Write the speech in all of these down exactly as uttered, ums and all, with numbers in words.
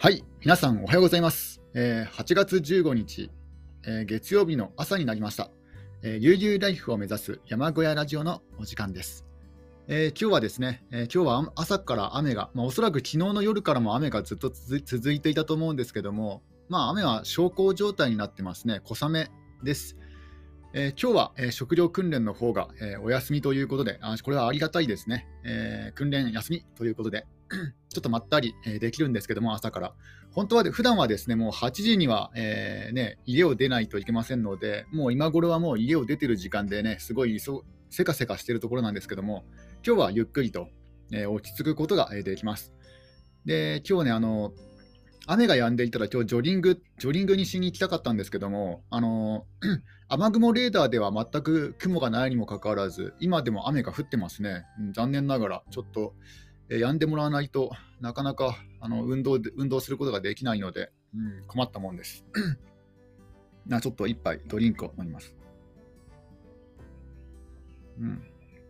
はい、皆さんおはようございます。えーはちがつじゅうごにち、えー月曜日の朝になりました。えー、悠々ライフを目指す山小屋ラジオのお時間です。えー今日はですね、えー今日は朝から雨が、まあ、おそらく昨日の夜からも雨がずっと続い続いていたと思うんですけども、まあ、雨は小康状態になってますね。小雨です。えー今日は、えー食料訓練の方が、えーお休みということで、あこれはありがたいですね。えー訓練休みということで、ちょっとまったり、えーできるんですけども、朝から。本当はで、普段はですね、もうはちじには、えーね、家を出ないといけませんので、もう今頃はもう家を出てる時間でね、すごい急せかせかしているところなんですけども、今日はゆっくりと、えー落ち着くことがえーできます。で、今日ね、あの、雨が止んでいたら今日ジョギング、ジョギングにしに行きたかったんですけども、あの、雨雲レーダーでは全く雲がないにもかかわらず、今でも雨が降ってますね。うん残念ながら、ちょっと、えー止んでもらわないとなかなかあの運動で運動することができないので、うん、困ったもんです。なちょっと一杯ドリンクを飲みます。うん、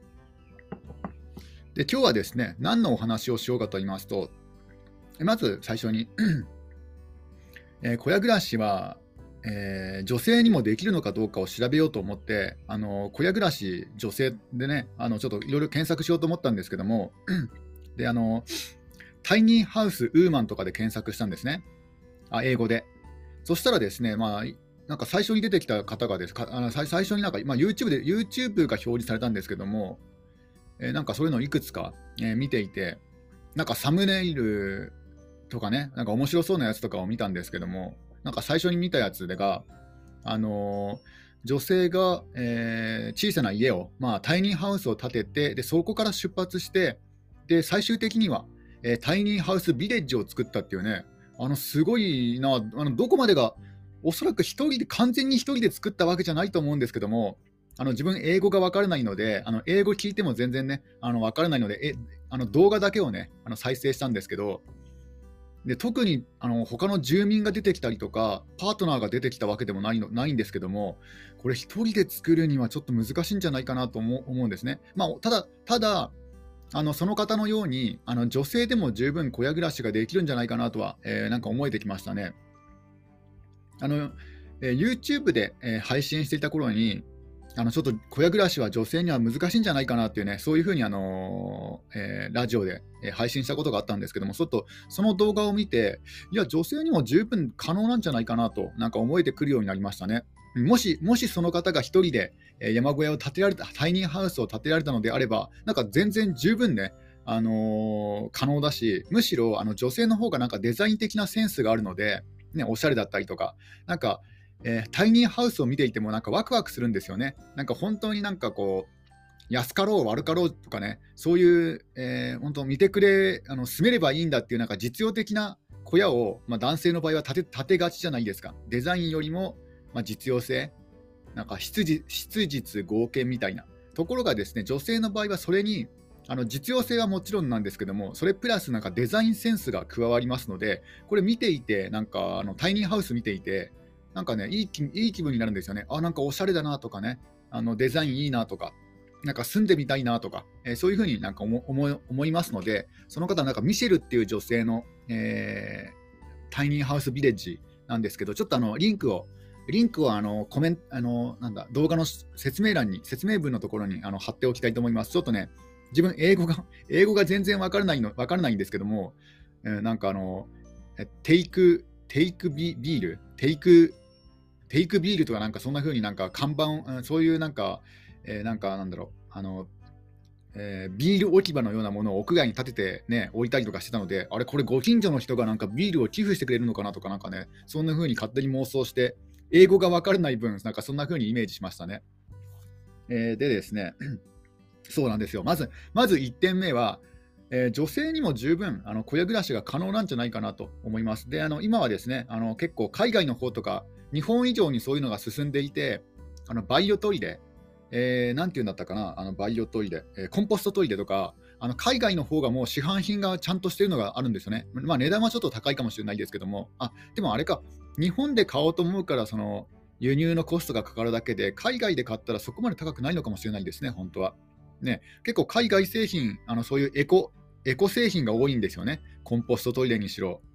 で今日はですね、何のお話をしようかと言いますと、まず最初に、えー小屋暮らしは、えー女性にもできるのかどうかを調べようと思って、あの小屋暮らし女性でね、あのちょっといろいろ検索しようと思ったんですけども、であのタイニーハウスウーマンとかで検索したんですね。あ、英語で。そしたらですね、まあ、なんか最初に出てきた方がですか、あの最最初になんか、まあ、YouTube で YouTube が表示されたんですけども、えーなんかそういうのをいくつか、えー見ていて、なんかサムネイルとかね、なんか面白そうなやつとかを見たんですけども、なんか最初に見たやつでが、あのー女性が、えー小さな家を、まあ、タイニーハウスを建てて、でそこから出発して、で最終的には、えータイニーハウスビレッジを作ったっていうね、あのすごいな、あのどこまでが、おそらく一人で、完全に一人で作ったわけじゃないと思うんですけども、あの自分、英語が分からないので、あの英語聞いても全然ね、あの分からないので、えあの動画だけをね、あの再生したんですけど、で特にあの他の住民が出てきたりとか、パートナーが出てきたわけでもないのないんですけども、これ、一人で作るにはちょっと難しいんじゃないかなと思う思うんですね。まあ、ただ、ただあのその方のようにあの女性でも十分小屋暮らしができるんじゃないかなとは、えーなんか思えてきましたね。あの、えー YouTube で、えー配信していた頃に、あのちょっと小屋暮らしは女性には難しいんじゃないかなっていうね、そういうふうに、あのーえーラジオで、えー配信したことがあったんですけども、ちょっとその動画を見て、いや、女性にも十分可能なんじゃないかなと、なんか思えてくるようになりましたね。もし、もしその方が一人で、えー山小屋を建てられた、タイニーハウスを建てられたのであれば、なんか全然十分ね、あのー可能だし、むしろあの女性の方がなんかデザイン的なセンスがあるので、ね、おしゃれだったりとか、なんか、えータイニーハウスを見ていてもなんかワクワクするんですよね。なんか本当になんかこう、安かろう悪かろうとかね、そういう、えー本当見てくれ、あの住めればいいんだっていうなんか実用的な小屋を、まあ、男性の場合は建て建てがちじゃないですか。デザインよりも、まあ、実用性、なんか質実質実合憲みたいなところがですね、女性の場合はそれに、あの実用性はもちろんなんですけども、それプラスなんかデザインセンスが加わりますので、これ見ていて、なんかあのタイニーハウス見ていて、なんかね、いい気いい気分になるんですよね。あ、なんかおしゃれだなとかね、あのデザインいいなとか、なんか住んでみたいなとか、えーそういうふうになんか思思い思いますので、その方はなんかミシェルっていう女性の、えータイニーハウスビレッジなんですけど、ちょっとあのリンクをリンクをあのコメンあのなんだ動画の説明欄に、説明文のところにあの貼っておきたいと思います。ちょっとね、自分英語が英語が全然わからないのわからないんですけども、えーなんかあのえテイクテイクビビール、テイクテイクビールとかなんかそんな風になんか看板、うんそういうなんか、えーなんかなんだろう、あのえービール置き場のようなものを屋外に建てて、ね、置いたりとかしてたので、あれ、これご近所の人がなんかビールを寄付してくれるのかなとか、なんかね、そんな風に勝手に妄想して、英語が分からない分、なんかそんな風にイメージしましたね。えーでですね、そうなんですよ。まず、まずいってんめは、えー女性にも十分あの小屋暮らしが可能なんじゃないかなと思います。で、あの今はですね、あの結構海外の方とか、日本以上にそういうのが進んでいて、あのバイオトイレ、えーなんていうんだったかな、あのバイオトイレ、えーコンポストトイレとか、あの海外の方がもう市販品がちゃんとしているのがあるんですよね。まあ、値段はちょっと高いかもしれないですけども、あでもあれか、日本で買おうと思うから、その輸入のコストがかかるだけで、海外で買ったらそこまで高くないのかもしれないですね、本当は。ね、結構海外製品、あのそういうエコエコ製品が多いんですよね。コンポストトイレにしろ、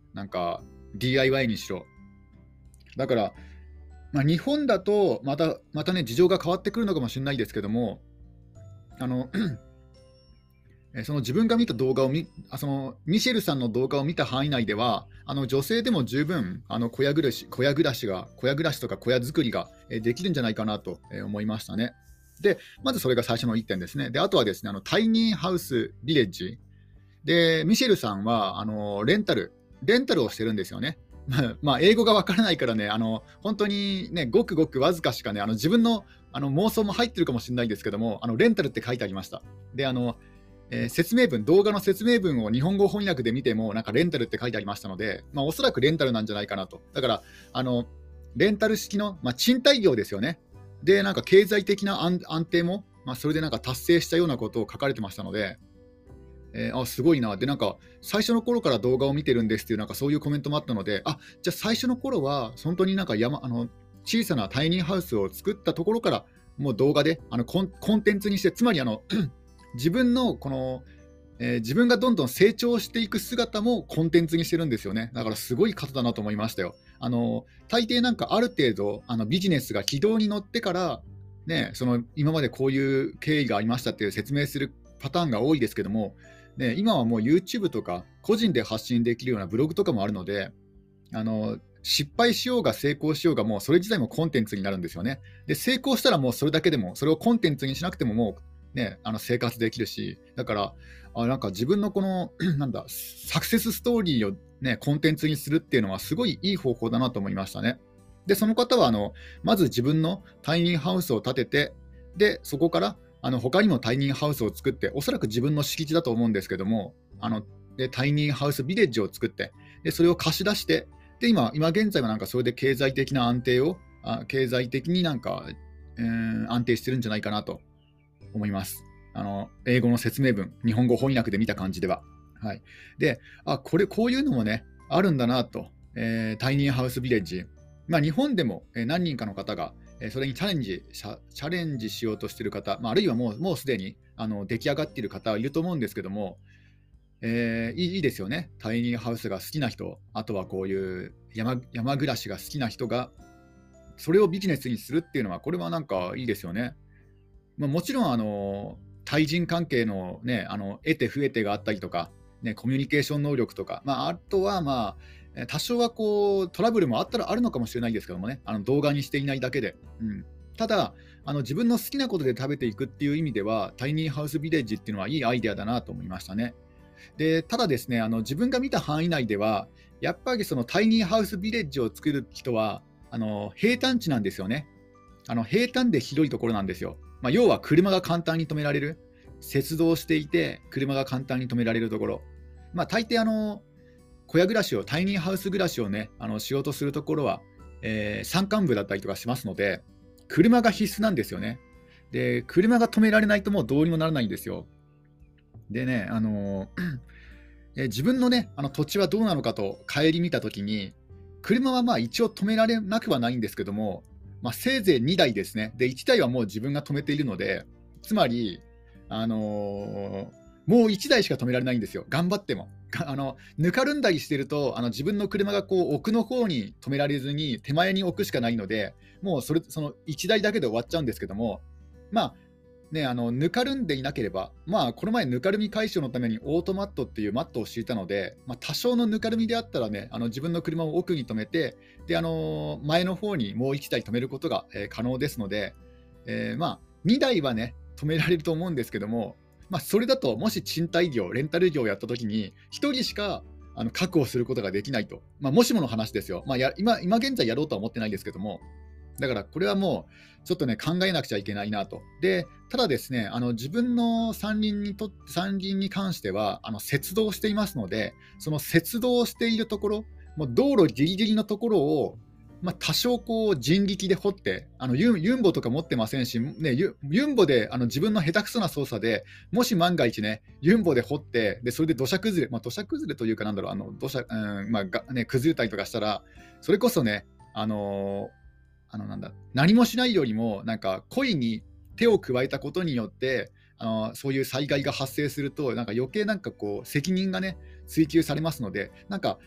なんか ディーアイワイ にしろ。だから、まあ、日本だとまた、またね、事情が変わってくるのかもしれないですけども、あのえその自分が見た動画を見あそのミシェルさんの動画を見た範囲内では、あの女性でも十分あの小屋暮らし小屋暮らしが小屋暮らしとか小屋作りがえできるんじゃないかなとえ思いましたね。で、まずそれが最初のいってんですね。で、あとはですね、あのタイニーハウスビレッジで、ミシェルさんはあのレンタルレンタルをしてるんですよね。まあ、まあ英語がわからないからね、あの本当にね、ごくごくわずかしかね、あの自分のあの妄想も入ってるかもしれないですけども、あのレンタルって書いてありました。で、あのえー説明文、動画の説明文を日本語翻訳で見ても、なんかレンタルって書いてありましたので、まあ、おそらくレンタルなんじゃないかなと。だから、あのレンタル式の、まあ、賃貸業ですよね。で、なんか経済的な安安定も、まあ、それでなんか達成したようなことを書かれてましたので、えーあ、すごいな。で、なんか、最初の頃から動画を見てるんですっていう、なんかそういうコメントもあったので、あ、じゃあ最初の頃は、本当になんか山、あの、小さなタイニーハウスを作ったところから、もう動画で、あのコン、コンテンツにして、つまりあの、自分のこの、えー自分がどんどん成長していく姿もコンテンツにしてるんですよね。だからすごい方だなと思いましたよ。あの大抵なんかある程度あのビジネスが軌道に乗ってから、ね、その今までこういう経緯がありましたっていう説明するパターンが多いですけども、ね、今はもう YouTube とか個人で発信できるようなブログとかもあるので、あの失敗しようが成功しようが、もうそれ自体もコンテンツになるんですよね。で、成功したらもうそれだけでも、それをコンテンツにしなくてももう、ね、あの生活できるし、だから、あなんか自分のこのなんだサクセスストーリーを、ね、コンテンツにするっていうのはすごいいい方法だなと思いましたね。で、その方はあのまず自分のタイニーハウスを建てて、でそこからあの他にもタイニーハウスを作って、おそらく自分の敷地だと思うんですけども、あのでタイニーハウスビレッジを作って、でそれを貸し出して、で今、今現在はなんかそれで経済的な安定を、あ経済的になんか、えー安定してるんじゃないかなと思います。あの英語の説明文、日本語翻訳で見た感じでは。はい、で、あこれ、こういうのもね、あるんだなと、えータイニーハウスビレッジ。まあ、日本でもえー何人かの方が、えーそれにチャレンジしチャレンジしようとしている方、まあ、あるいはもうもうすでにあの出来上がっている方はいると思うんですけども、えーいいいいですよね。タイニーハウスが好きな人、あとはこういう山山暮らしが好きな人が、それをビジネスにするっていうのは、これはなんかいいですよね。まあ、もちろんあの対人関係の、ね、あの得て増えてがあったりとか、ね、コミュニケーション能力とか、まあ、あとは、まあ、えー多少はこうトラブルもあったらあるのかもしれないですけどもね、あの動画にしていないだけで。うん、ただあの、自分の好きなことで食べていくっていう意味では、タイニーハウスビレッジっていうのはいいアイデアだなと思いましたね。でただですね、あの自分が見た範囲内では、やっぱりそのタイニーハウスビレッジを作る人はあの平坦地なんですよね。あの平坦で広いところなんですよ。まあ、要は車が簡単に止められる、接道していて車が簡単に止められるところ、まあ、大抵あの小屋暮らしを、タイニーハウス暮らしをね、あのしようとするところは、えー山間部だったりとかしますので、車が必須なんですよね。で、車が止められないともうどうにもならないんですよ。でね、あのーえー自分のね、あの土地はどうなのかと顧みたときに、車はまあ一応止められなくはないんですけども、まあ、せいぜいにだいですね。で、いちだいはもう自分が止めているので、つまり、あのーもういちだいしか止められないんですよ、頑張っても。あのぬかるんだりしてると、あの自分の車がこう奥の方に止められずに手前に置くしかないので、もうそれそのいちだいだけで終わっちゃうんですけども、まあね、あのぬかるんでいなければ、まあ、この前、ぬかるみ解消のためにオートマットっていうマットを敷いたので、まあ、多少のぬかるみであったらね、あの自分の車を奥に止めて、であの前の方にもういちだい止めることが、えー可能ですので、えーまあ、にだいはね、止められると思うんですけども、まあ、それだと、もし賃貸業、レンタル業をやったときに、ひとりしかあの確保することができないと、まあ、もしもの話ですよ、まあ、や今、今現在やろうとは思ってないですけども、だからこれはもうちょっとね考えなくちゃいけないなと。でただですね、あの自分の山林にとって山林に関してはあの接道していますので、その接道しているところ、もう道路ギリギリのところを、まあ、多少こう人力で掘って、あのユンユンボとか持ってませんし、ね、ユユンボであの自分の下手くそな操作でもし万が一ね、ユンボで掘って、でそれで土砂崩れ、まあ、土砂崩れというかなんだろう、あの土砂、うんまあがね、崩れたりとかしたら、それこそね、あのーあのなんだ何もしないよりも、なんか故意に手を加えたことによってあのそういう災害が発生すると、なんか余計なんかこう責任がね追及されますので、なんか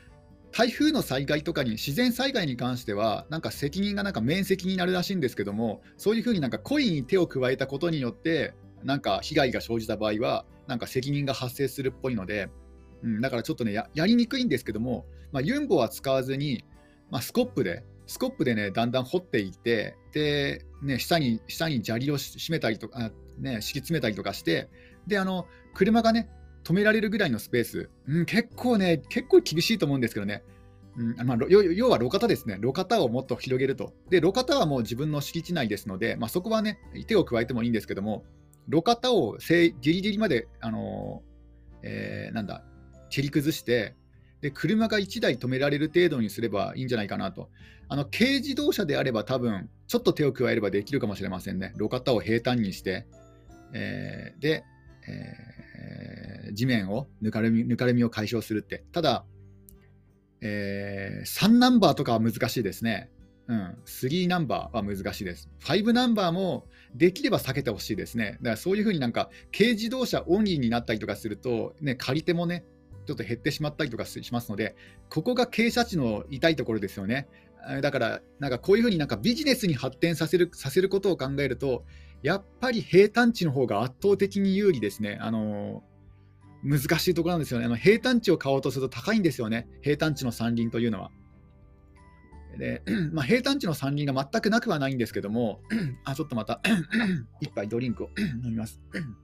台風の災害とかに、自然災害に関しては、なんか責任がなんか免責になるらしいんですけども、そういうふうになんか故意に手を加えたことによって、なんか被害が生じた場合は、なんか責任が発生するっぽいので、うん、だからちょっとねや、やりにくいんですけども、まあ、ユンボは使わずに、まあ、スコップで、スコップでね、だんだん掘っていって、で、ね、下に、下に砂利を締めたりとか、あね、敷き詰めたりとかして、で、あの、車がね、止められるぐらいのスペース、うん、結構ね、結構厳しいと思うんですけどね、うんまあ、ろ要要は路肩ですね、路肩をもっと広げると。で、路肩はもう自分の敷地内ですので、まあ、そこはね、手を加えてもいいんですけども、路肩をせいギリギリまで、あのーえーなんだ、切り崩して、で車がいちだい止められる程度にすればいいんじゃないかなと。あの軽自動車であれば多分ちょっと手を加えればできるかもしれませんね。路肩を平坦にして、えーで、えー地面をぬかるみぬかるみを解消するって。ただ、えーさんナンバーとかは難しいですね。うん、スリーナンバーは難しいです。ファイブナンバーもできれば避けてほしいですね。だからそういうふうになんか軽自動車オンリーになったりとかすると、ね、借り手もね、ちょっと減ってしまったりとかしますので、ここが傾斜地の痛いところですよね。あだから、なんかこういうふうになんかビジネスに発展させる、させることを考えると、やっぱり平坦地の方が圧倒的に有利ですね。あの難しいところなんですよね。あの平坦地を買おうとすると高いんですよね。平坦地の山林というのは。で、まあ、平坦地の山林が全くなくはないんですけども、あちょっとまた一杯ドリンクを飲みます。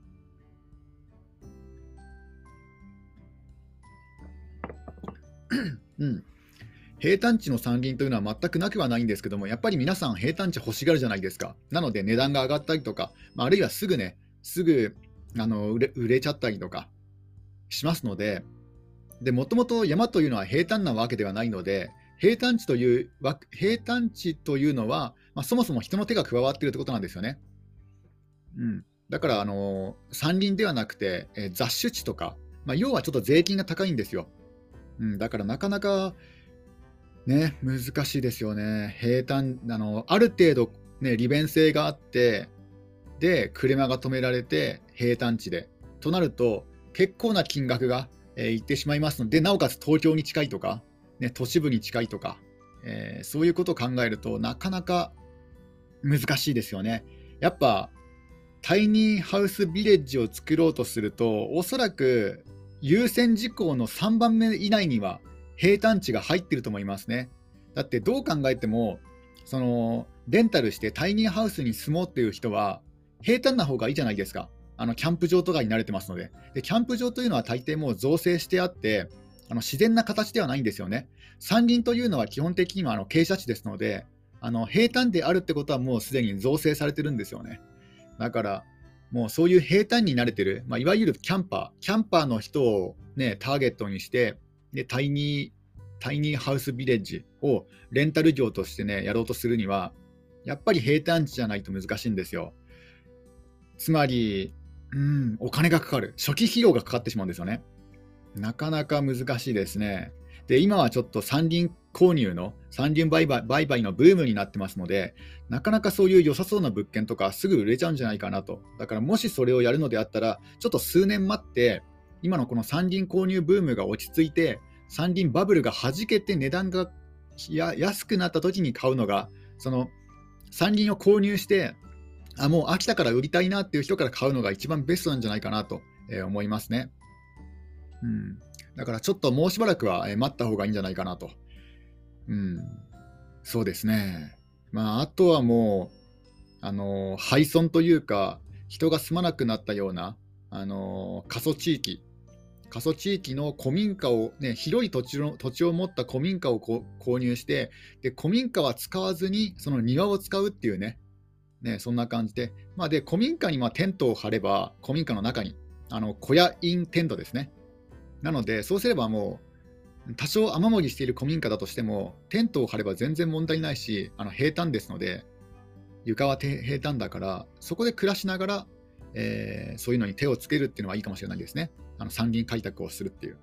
うん、平坦地の山林というのは全くなくはないんですけども、やっぱり皆さん平坦地欲しがるじゃないですか。なので値段が上がったりとか、まあ、あるいはすぐね、すぐあの売れ、売れちゃったりとかしますので、でもともと山というのは平坦なわけではないので、平坦地というわ平坦地というのは、まあ、そもそも人の手が加わっているということなんですよね。うん、だからあの山林ではなくて、えー雑種地とか、まあ、要はちょっと税金が高いんですよ。うん、だからなかなかね、難しいですよね。平坦、あの、ある程度ね、利便性があって、で、車が止められて、平坦地で。となると、結構な金額が、えーいってしまいますので、なおかつ東京に近いとか、ね、都市部に近いとか、えーそういうことを考えるとなかなか難しいですよね。やっぱ、タイニーハウスビレッジを作ろうとすると、おそらく優先事項のさんばんめ以内には平坦地が入ってると思いますね。だってどう考えても、そのレンタルしてタイニーハウスに住もうっていう人は平坦な方がいいじゃないですか。あのキャンプ場とかに慣れてますので。で、キャンプ場というのは大抵もう造成してあって、あの自然な形ではないんですよね。山林というのは基本的にはあの傾斜地ですので、あの平坦であるってことはもうすでに造成されてるんですよね。だから、もうそういう平坦に慣れてる、まあ、いわゆるキャンパー、キャンパーの人を、ね、ターゲットにして、でタイニー、タイニーハウスビレッジをレンタル業としてね、やろうとするには、やっぱり平坦地じゃないと難しいんですよ。つまり、うん、お金がかかる。初期費用がかかってしまうんですよね。なかなか難しいですね。で、今はちょっと山林購入の、山林売買、売買のブームになってますので、なかなかそういう良さそうな物件とかすぐ売れちゃうんじゃないかなと。だからもしそれをやるのであったら、ちょっと数年待って、今のこの山林購入ブームが落ち着いて、山林バブルが弾けて値段がや安くなった時に買うのが、その山林を購入して、あ、もう飽きたから売りたいなっていう人から買うのが一番ベストなんじゃないかなとえー思いますね。うん、だからちょっともうしばらくはえー待った方がいいんじゃないかなと。うん、そうですね。まあ、あとはもう、あのー廃村というか、人が住まなくなったような、あのー過疎地域、過疎地域の古民家を、ね、広い土地の土地を持った古民家をこ購入して、で古民家は使わずにその庭を使うっていうね、ねそんな感じで、まあ、で古民家にまあテントを張れば、古民家の中にあの小屋インテントですね。なので、そうすればもう、多少雨漏りしている古民家だとしても、テントを張れば全然問題ないし、あの平坦ですので、床はて平坦だから、そこで暮らしながら、えーそういうのに手をつけるっていうのはいいかもしれないですね。あの山林開拓をするっていう。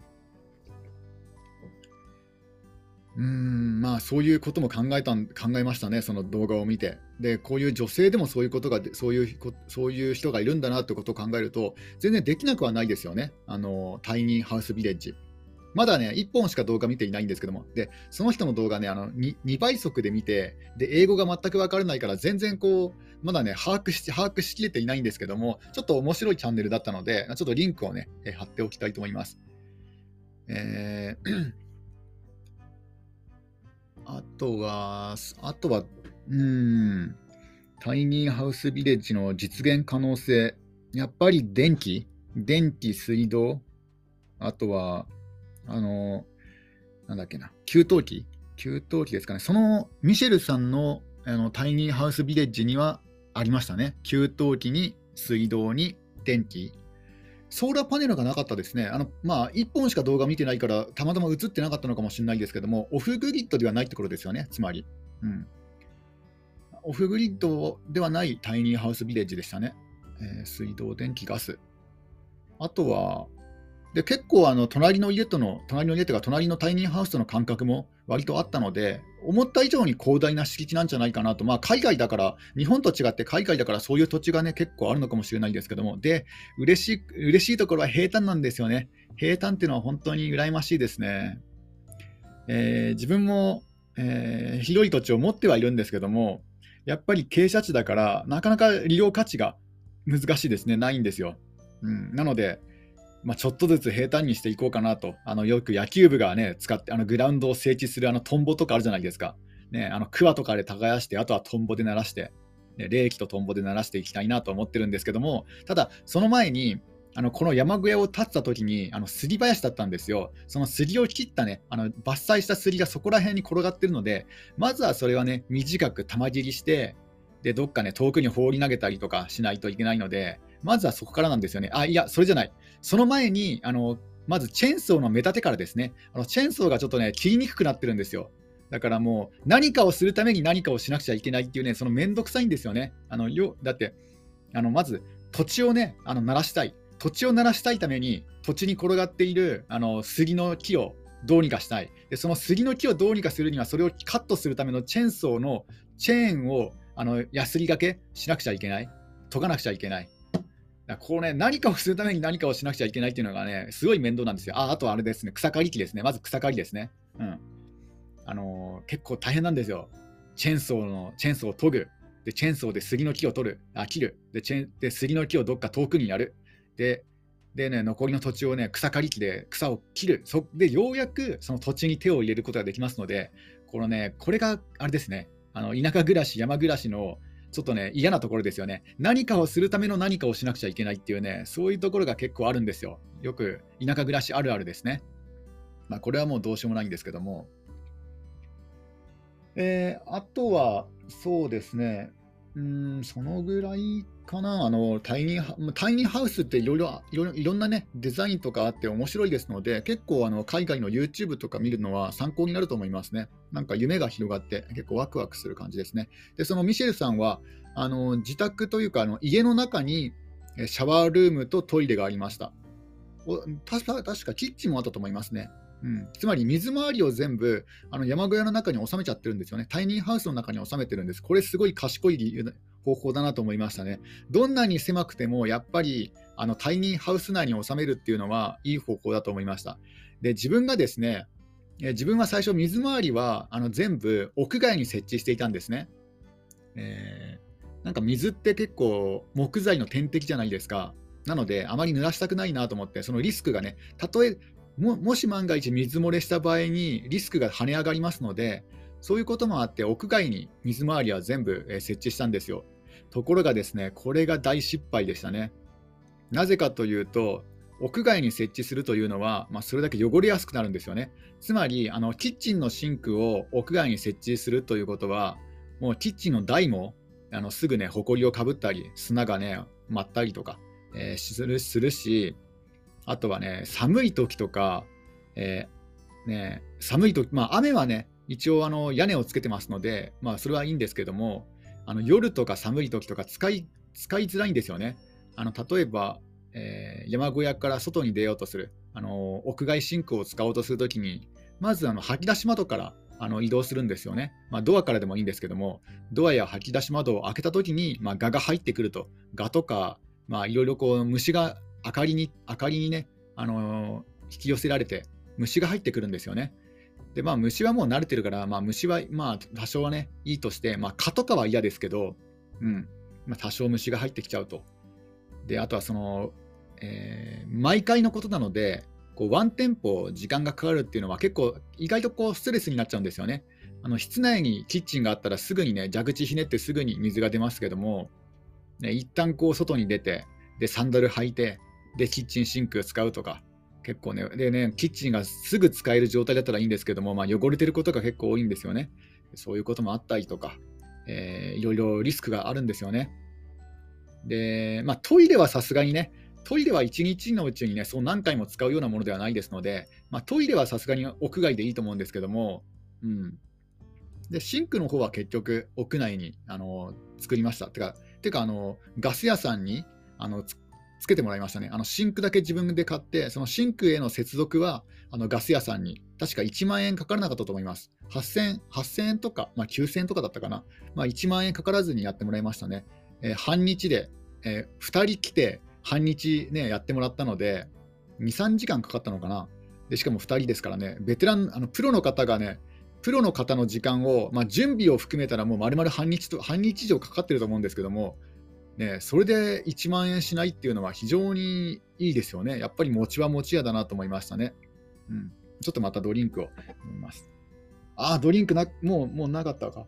うーん、まあそういうことも考えたん考えましたね、その動画を見て。で、こういう女性でもそういうことがで、そういうこ、そういう人がいるんだなってことを考えると、全然できなくはないですよね。あの、タイニーハウスビレッジ。 まだね、いっぽんしか動画見ていないんですけども、で、その人の動画ね、あの 2, にばい速で見て、で、英語が全く分からないから、全然こう、まだね、把握し、把握しきれていないんですけども、ちょっと面白いチャンネルだったので、ちょっとリンクをね、え貼っておきたいと思います。えーあとは、あとは、うーん、タイニーハウスビレッジの実現可能性。やっぱり電気、電気、水道、あとは、あの、なんだっけな、給湯器給湯器ですかね。そのミシェルさんの、あのタイニーハウスビレッジにはありましたね。給湯器に水道に電気。ソーラーパネルがなかったですね。あのまあ、いっぽんしか動画見てないから、たまたま映ってなかったのかもしれないですけども、オフグリッドではないってことですよね、つまり。うん、オフグリッドではないタイニーハウスビレッジでしたね。えー水道、電気、ガス。あとは、で結構あの隣の家との、隣の家というか、隣のタイニーハウスとの間隔も割とあったので、思った以上に広大な敷地なんじゃないかなと、まあ、海外だから、日本と違って海外だから、そういう土地がね、結構あるのかもしれないんですけども、で、嬉しい、嬉しいところは平坦なんですよね。平坦っていうのは本当に羨ましいですね。えー自分も、えー広い土地を持ってはいるんですけども、やっぱり傾斜地だから、なかなか利用価値が難しいですね、ないんですよ。うん、なので、まあ、ちょっとずつ平坦にしていこうかなと、あのよく野球部が、ね、使ってあのグラウンドを整地するあのトンボとかあるじゃないですか、ね、あの桑とかで耕して、あとはトンボで鳴らして、ね、冷気とトンボで鳴らしていきたいなと思ってるんですけども、ただ、その前に、あのこの山小屋を建てた時にあの杉林だったんですよ。その杉を切ったね、あの伐採した杉がそこら辺に転がってるので、まずはそれはね、短く玉切りして、でどっかね、遠くに放り投げたりとかしないといけないので、まずはそこからなんですよね。あ、いや、それじゃない。その前に、あのまずチェーンソーの目立てからですね。あのチェーンソーがちょっとね、切りにくくなってるんですよ。だからもう、何かをするために何かをしなくちゃいけないっていうね、そのめんどくさいんですよね。あのよだって、あのまず土地をね、あの鳴らしたい。土地を鳴らしたいために、土地に転がっているあの杉の木をどうにかしたい。で、その杉の木をどうにかするには、それをカットするためのチェーンソーのチェーンをあのヤスリがけしなくちゃいけない。研がなくちゃいけない。だからこうね、何かをするために何かをしなくちゃいけないっていうのがね、すごい面倒なんですよ。あ、あとはあれですね、草刈り機ですね。まず草刈りですね。うん。あのー結構大変なんですよ。チェーンソーの、チェーンソーを研ぐ。で、チェーンソーで杉の木を取る。あ、切る。で、チェーンで杉の木をどっか遠くにやる。で、でね、残りの土地をね、草刈り機で草を切る。そで、ようやくその土地に手を入れることができますので、このね、これがあれですね、あの田舎暮らし、山暮らしのちょっとね、嫌なところですよね。何かをするための何かをしなくちゃいけないっていうね、そういうところが結構あるんですよ。よく田舎暮らしあるあるですね。まあ、これはもうどうしようもないんですけども。えーあとは、そうですね、うーん、そのぐらいかな、あのタイニーハまタイニーハウスっていろいろいろいろいろんなね、デザインとかあって面白いですので、結構あの海外の YouTube とか見るのは参考になると思いますね。なんか夢が広がって、結構ワクワクする感じですね。で、そのミシェルさんは、あの自宅というかあの、家の中にえシャワールームとトイレがありました。お確か確かキッチンもあったと思いますね。うん、つまり水回りを全部あの山小屋の中に収めちゃってるんですよね。タイニーハウスの中に収めてるんです。これすごい賢い理由方法だなと思いましたね。どんなに狭くてもやっぱりあのタイニーハウス内に収めるっていうのはいい方法だと思いました。で、自分がですね、え自分は最初水回りはあの全部屋外に設置していたんですね。えーなんか水って結構木材の天敵じゃないですか。なので、あまり濡らしたくないなと思って、そのリスクがね、たとえももし万が一水漏れした場合にリスクが跳ね上がりますので、そういうこともあって、屋外に水回りは全部えー設置したんですよ。ところがですね、これが大失敗でしたね。なぜかというと、屋外に設置するというのは、まあ、それだけ汚れやすくなるんですよね。つまり、あのキッチンのシンクを屋外に設置するということは、もうキッチンの台もあのすぐね、ほこりをかぶったり、砂がね、舞ったりとか、えーするするし、あとはね、寒い時とか、えーね、寒い時、まあ、雨はね、一応あの屋根をつけてますので、まあ、それはいいんですけども、あの夜とか寒い時とか使い使いづらいんですよね。あの例えば、えー山小屋から外に出ようとする、あの屋外シンクを使おうとするときに、まずあの吐き出し窓からあの移動するんですよね。まあ、ドアからでもいいんですけども、ドアや吐き出し窓を開けたときに、まあ、ガが入ってくると、ガとか、まあ、いろいろこう虫が明かりに明かりにね、あのー引き寄せられて、 虫が入ってくるんですよね。で、まあ、虫はもう慣れてるから、まあ、虫はまあ多少はね、いいとして、まあ、蚊とかは嫌ですけど、うんまあ、多少虫が入ってきちゃうと。で、あとはその、えー毎回のことなので、こうワンテンポ時間がかかるっていうのは結構意外とこうストレスになっちゃうんですよね。あの室内にキッチンがあったらすぐにね、蛇口ひねってすぐに水が出ますけども、ね、一旦こう外に出て、でサンダル履いて、でキッチンシンク使うとか、結構ね、でね、キッチンがすぐ使える状態だったらいいんですけども、まあ、汚れてることが結構多いんですよね。そういうこともあったりとか、えーいろいろリスクがあるんですよね。で、まあ、トイレはさすがにね、トイレはいちにちのうちにね、そう何回も使うようなものではないですので、まあ、トイレはさすがに屋外でいいと思うんですけども、うん、でシンクの方は結局屋内にあの作りました。てか、てかあのガス屋さんにあのつつけてもらいましたね。あのシンクだけ自分で買って、そのシンクへの接続はあのガス屋さんに確かいちまん円かからなかったと思います。はっせん、はっせんえんとか、まあ、きゅうせんえんとかだったかな。まあ、いちまん円かからずにやってもらいましたね。えー半日で、えーふたり来て半日、ね、やってもらったので、に、さんじかんかかったのかな。でしかもふたりですからね、ベテラン、あのプロの方がね、プロの方の時間を、まあ、準備を含めたらもう丸々半日と半日以上かかってると思うんですけども、ね、それでいちまん円しないっていうのは非常にいいですよね。やっぱり餅は餅屋だなと思いましたね。うん、ちょっとまたドリンクを飲みます。ああ、ドリンクな、もう、もうなかったか。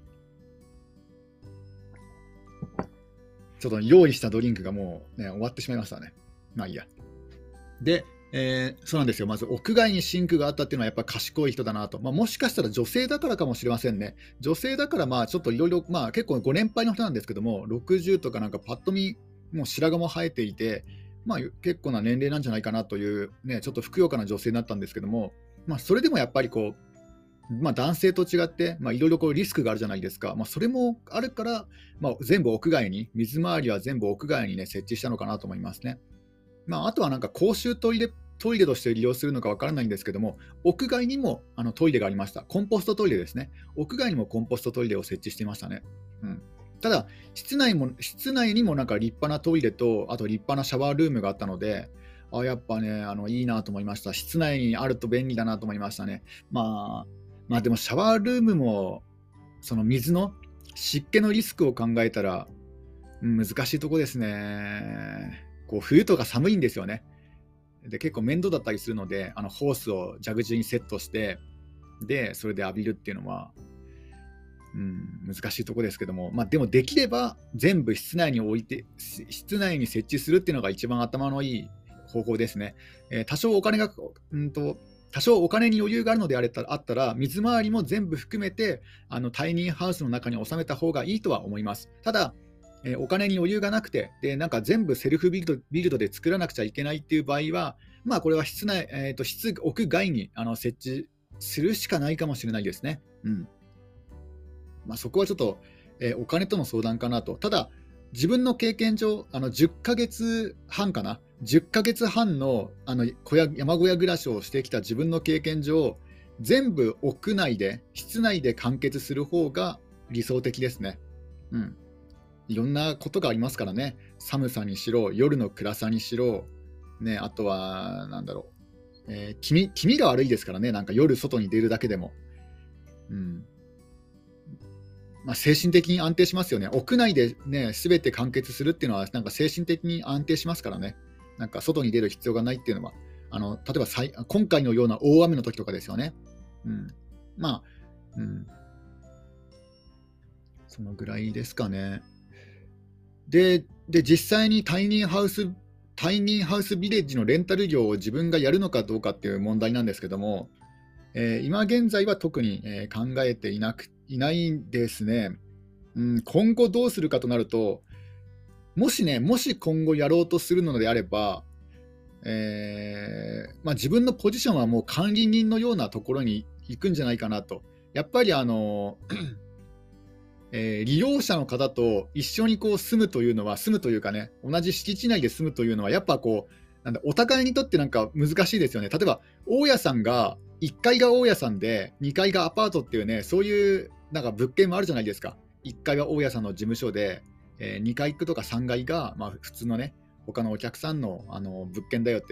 ちょっと用意したドリンクがもう、ね、終わってしまいましたね。まあいいや。で、えーそうなんですよ。まず屋外にシンクがあったっていうのはやっぱ賢い人だなと。まあ、もしかしたら女性だからかもしれませんね。女性だからまあちょっといろいろ、まあ結構ご年配の人なんですけども、ろくじゅうとかなんかパッと見、もう白髪も生えていて、まあ結構な年齢なんじゃないかなという、ね、ちょっとふくよかな女性になったんですけども、まあそれでもやっぱりこう、まあ、男性と違って、まあ、いろいろこうリスクがあるじゃないですか。まあ、それもあるから、まあ、全部屋外に、水回りは全部屋外にね、設置したのかなと思いますね。まあ、あとはなんか公衆トイレ、トイレとして利用するのかわからないんですけども、屋外にもあのトイレがありました。コンポストトイレですね。屋外にもコンポストトイレを設置していましたね。うん、ただ室内も、室内にもなんか立派なトイレと、あと立派なシャワールームがあったので、あやっぱね、あのいいなと思いました。室内にあると便利だなと思いましたね。まあ、まあでもシャワールームも、その水の湿気のリスクを考えたら、うん難しいとこですね。こう冬とか寒いんですよね。で結構面倒だったりするので、あのホースを蛇口にセットして、でそれで浴びるっていうのは、うん、難しいとこですけども、まあ、でもできれば全部室内に置いて、室内に設置するっていうのが一番頭のいい方法ですね。えー多少お金が、うんと、多少お金に余裕があるのであれたあったら、水回りも全部含めて、あのタイニーハウスの中に収めた方がいいとは思います。ただ、えーお金に余裕がなくて、でなんか全部セルフビルド、ビルドで作らなくちゃいけないっていう場合は、まあ、これは室内、えーと室屋外にあの設置するしかないかもしれないですね。うんまあ、そこはちょっと、えーお金との相談かなと。ただ、自分の経験上、あのじゅっかげつはんかな、じゅっかげつはんの、あの小屋山小屋暮らしをしてきた自分の経験上、全部屋内で、室内で完結する方が理想的ですね。うん、いろんなことがありますからね、寒さにしろ、夜の暗さにしろ、ね、あとは、なんだろう、えー気味、気味が悪いですからね、なんか夜外に出るだけでも。うんまあ、精神的に安定しますよね。屋内でね、すべて完結するっていうのは、なんか精神的に安定しますからね。なんか外に出る必要がないっていうのは、あの例えばさい今回のような大雨の時とかですよね。うん、まあ、うん、そのぐらいですかね。で、で実際にタイニーハウス、タイニーハウスビレッジのレンタル業を自分がやるのかどうかっていう問題なんですけども、えー今現在は特に、えー考えていなくいないんですね。うん、今後どうするかとなると、もしね、もし今後やろうとするのであれば、えーまあ、自分のポジションはもう管理人のようなところに行くんじゃないかなと。やっぱりあの、えー利用者の方と一緒にこう住むというのは、住むというかね、同じ敷地内で住むというのは、やっぱこう、なんだお互いにとってなんか難しいですよね。例えば、大家さんが、いっかいが大家さんで、にかいがアパートっていうね、そういうなんか物件もあるじゃないですか。いっかいは大家さんの事務所で、えーにかいとかさんがいが、まあ、普通のね、他のお客さんの、あの物件だよって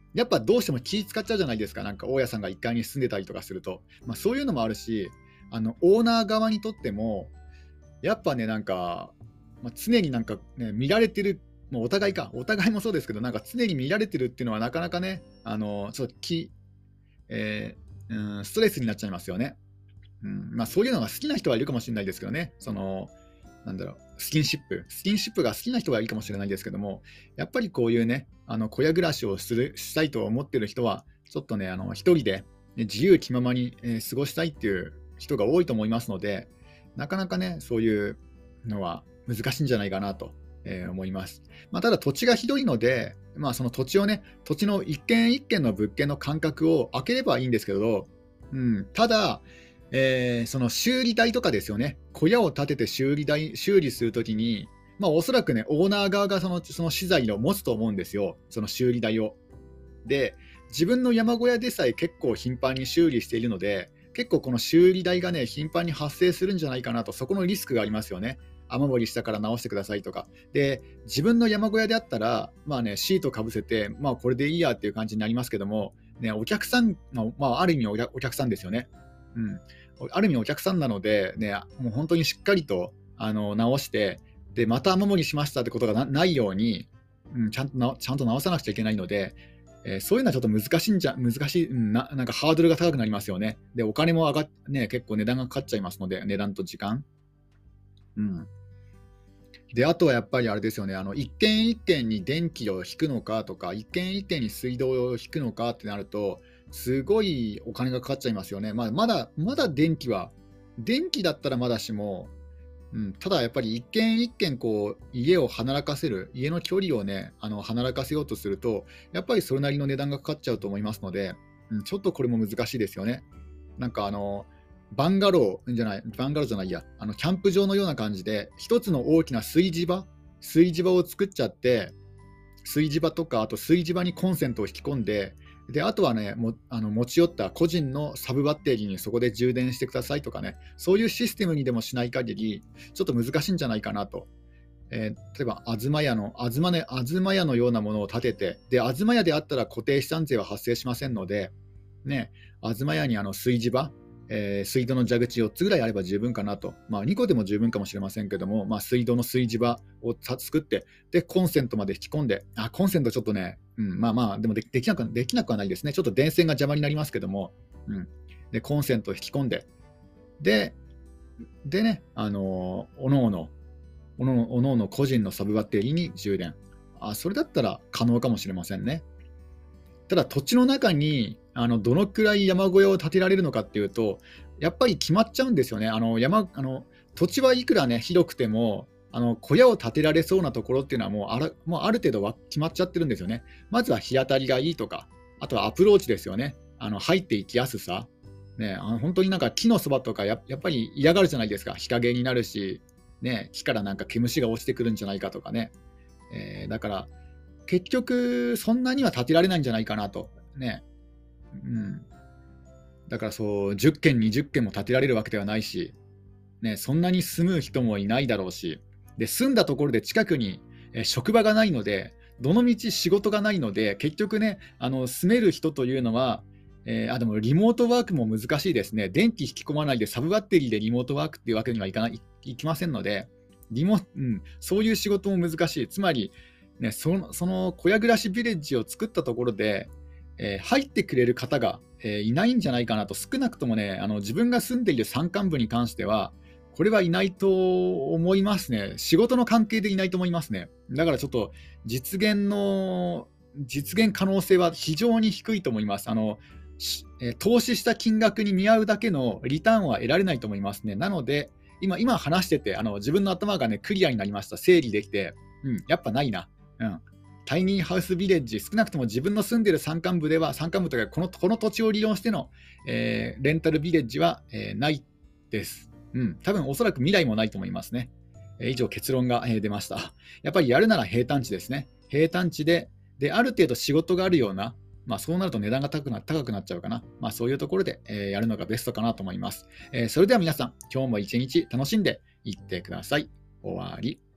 やっぱどうしても気使っちゃうじゃないですか、なんか大家さんがいっかいに住んでたりとかすると、まあ、そういうのもあるし、あのオーナー側にとっても、やっぱね、なんか、まあ、常になんか、ね、見られてる、もうお互いか、お互いもそうですけど、なんか常に見られてるっていうのは、なかなかね、あのちょっとき、えーうん、ストレスになっちゃいますよね。うんまあ、そういうのが好きな人はいるかもしれないですけどね、そのなんだろう、スキンシップ、スキンシップが好きな人はいいかもしれないですけども、やっぱりこういうね、あの小屋暮らしをするしたいと思っている人は、ちょっとね、あの一人で、ね、自由気ままに、えー過ごしたいっていう人が多いと思いますので、なかなかね、そういうのは難しいんじゃないかなと、えー思います。まあ、ただ土地が広いので、まあ、その土地をね、土地の一軒一軒の物件の間隔を空ければいいんですけど、うん、ただ、えーその修理代とかですよね、小屋を建てて修理代修理するときに、まあ、おそらくね、オーナー側がそのその資材を持つと思うんですよ、その修理代を。で、自分の山小屋でさえ結構頻繁に修理しているので、結構この修理代がね、頻繁に発生するんじゃないかなと、そこのリスクがありますよね。雨漏りしたから直してくださいとか。で、自分の山小屋であったら、まあね、シートかぶせて、まあこれでいいやっていう感じになりますけども、ね、お客さんの、まあある意味お客お客さんですよね。うん。ある意味お客さんなので、ね、もう本当にしっかりとあの直して、で、また雨漏りしましたってことがなないように、うん、ちゃんとなちゃんと直さなくちゃいけないので、えーそういうのはちょっと難しいんじゃ難しい、うんな、なんかハードルが高くなりますよね。で、お金も上がっ、ね、結構値段がかかっちゃいますので、値段と時間。うん、で、あとはやっぱりあれですよね、あの一軒一軒に電気を引くのかとか、一軒一軒に水道を引くのかってなると、すごいお金がかかっちゃいますよね。まあ、まだ、まだ電気は、電気だったらまだしも、うん、ただやっぱり一軒一軒こう家を離らかせる、家の距離をね、あの離らかせようとすると、やっぱりそれなりの値段がかかっちゃうと思いますので、うん、ちょっとこれも難しいですよね。なんかあの、バンガローじゃない、バンガローじゃないや、あのキャンプ場のような感じで、一つの大きな炊事場、炊事場を作っちゃって、炊事場とか、あと炊事場にコンセントを引き込んで、であとはね、もあの持ち寄った個人のサブバッテリーにそこで充電してくださいとかね、そういうシステムにでもしない限り、ちょっと難しいんじゃないかなと。えー例えば、東屋の、東ね、東屋のようなものを建てて、で、東屋であったら固定資産税は発生しませんので、ね、東屋にあの炊事場、えー水道の蛇口よっつぐらいあれば十分かなと、まあ、にこでも十分かもしれませんけども、まあ、水道の炊事場をた作って、で、コンセントまで引き込んで、あ、コンセントちょっとね、うん、まあまあ、でもでできなくできなくはないですね、ちょっと電線が邪魔になりますけども、うん、でコンセントを引き込んで、で、でね、あのーおのおの、おのおのおのおの個人のサブバッテリーに充電、あ、それだったら可能かもしれませんね。ただ土地の中にあのどのくらい山小屋を建てられるのかっていうと、やっぱり決まっちゃうんですよね。あの山あの土地はいくらね広くても、あの小屋を建てられそうなところっていうのはもうあらもうある程度は決まっちゃってるんですよね。まずは日当たりがいいとか、あとはアプローチですよね。あの入っていきやすさ、ね、あの本当になんか木のそばとかややっぱり嫌がるじゃないですか。日陰になるし、ね、木からなんか毛虫が落ちてくるんじゃないかとかね。えーだから結局、そんなには建てられないんじゃないかなと。ね。うん。だからそう、じゅっけん、にじゅっけんも建てられるわけではないし、ね、そんなに住む人もいないだろうし、で、住んだところで近くに、え職場がないので、どのみち仕事がないので、結局ね、あの住める人というのは、えーあ、でもリモートワークも難しいですね。電気引き込まないでサブバッテリーでリモートワークっていうわけにはいかない、いいきませんので、リモ、うん、そういう仕事も難しい。つまり、ね、その、その小屋暮らしビレッジを作ったところで、えー入ってくれる方が、えーいないんじゃないかなと、少なくともね、あの自分が住んでいる山間部に関しては、これはいないと思いますね。仕事の関係でいないと思いますね。だからちょっと実現の、実現可能性は非常に低いと思います。あの、しえー投資した金額に見合うだけのリターンは得られないと思いますね。なので、今、今話してて、あの自分の頭がね、クリアになりました。整理できて、うん、やっぱないな。うん。タイニーハウスビレッジ、少なくとも自分の住んでいる山間部では、山間部というかこの、この土地を利用しての、えーレンタルビレッジは、えーないです。うん、多分おそらく未来もないと思いますね。えー以上、結論が、えー出ました。やっぱりやるなら平坦地ですね。平坦地で、である程度仕事があるような、まあ、そうなると値段が高くな高くなっちゃうかな。まあ、そういうところで、えーやるのがベストかなと思います。えーそれでは皆さん、今日も一日楽しんでいってください。終わり。